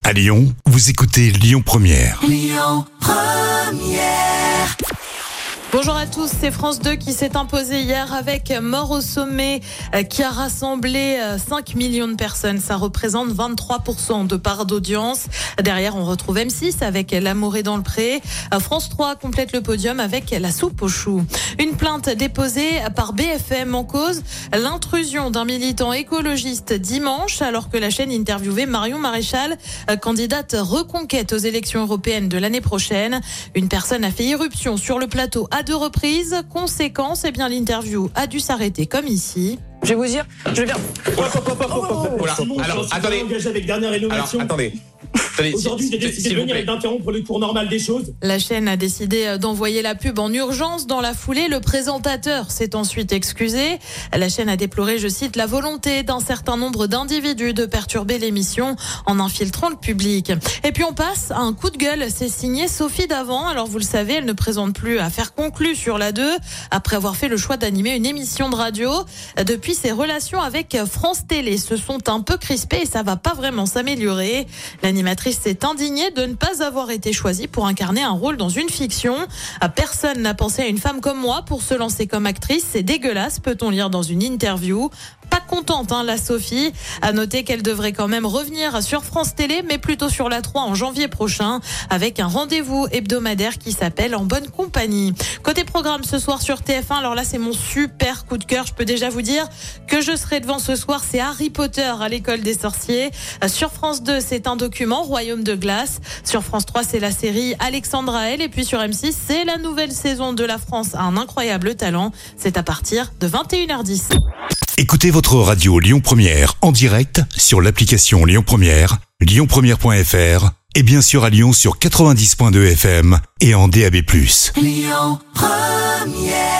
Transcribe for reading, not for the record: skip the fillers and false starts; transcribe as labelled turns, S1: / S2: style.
S1: À Lyon, vous écoutez Lyon Première.
S2: Lyon Première.
S3: Bonjour à tous, c'est France 2 qui s'est imposé hier avec Mort au sommet qui a rassemblé 5 millions de personnes. Ça représente 23% de part d'audience. Derrière, on retrouve M6 avec L'amour est dans le pré. France 3 complète le podium avec La soupe aux choux. Une plainte déposée par BFM en cause l'intrusion d'un militant écologiste dimanche alors que la chaîne interviewait Marion Maréchal, candidate reconquête aux élections européennes de l'année prochaine. Une personne a fait irruption sur le plateau à 2 reprises. Conséquence, l'interview a dû s'arrêter comme ici.
S4: Je vais vous dire, je viens.
S5: Voilà. Alors, attendez.
S6: Avec dernière rénovation.
S5: Attendez.
S6: Aujourd'hui, j'ai décidé de venir et d'interrompre le cours normal des choses.
S3: La chaîne a décidé d'envoyer la pub en urgence. Dans la foulée, le présentateur s'est ensuite excusé. La chaîne a déploré, je cite, la volonté d'un certain nombre d'individus de perturber l'émission en infiltrant le public. Et puis on passe à un coup de gueule. C'est signé Sophie Davant. Alors vous le savez, elle ne présente plus Affaires conclues sur la 2 après avoir fait le choix d'animer une émission de radio. Depuis, ses relations avec France Télé se sont un peu crispées et ça va pas vraiment s'améliorer. L'animatrice s'est indignée de ne pas avoir été choisie pour incarner un rôle dans une fiction. Personne n'a pensé à une femme comme moi pour se lancer comme actrice. C'est dégueulasse, peut-on lire dans une interview. Pas contente, la Sophie. À noter qu'elle devrait quand même revenir sur France Télé, mais plutôt sur la 3 en janvier prochain, avec un rendez-vous hebdomadaire qui s'appelle En bonne compagnie. Côté programme ce soir sur TF1, alors là c'est mon super coup de cœur. Je peux déjà vous dire que je serai devant ce soir. C'est Harry Potter à l'école des sorciers. Sur France 2, c'est un document, Royaume de glace. Sur France 3, c'est la série Alexandra L. Et puis sur M6, c'est la nouvelle saison de La France a un incroyable talent. C'est à partir de 21h10.
S1: Écoutez votre radio Lyon Première en direct sur l'application Lyon Première, lyonpremière.fr et bien sûr à Lyon sur 90.2 FM et en DAB+.
S2: Lyon Première.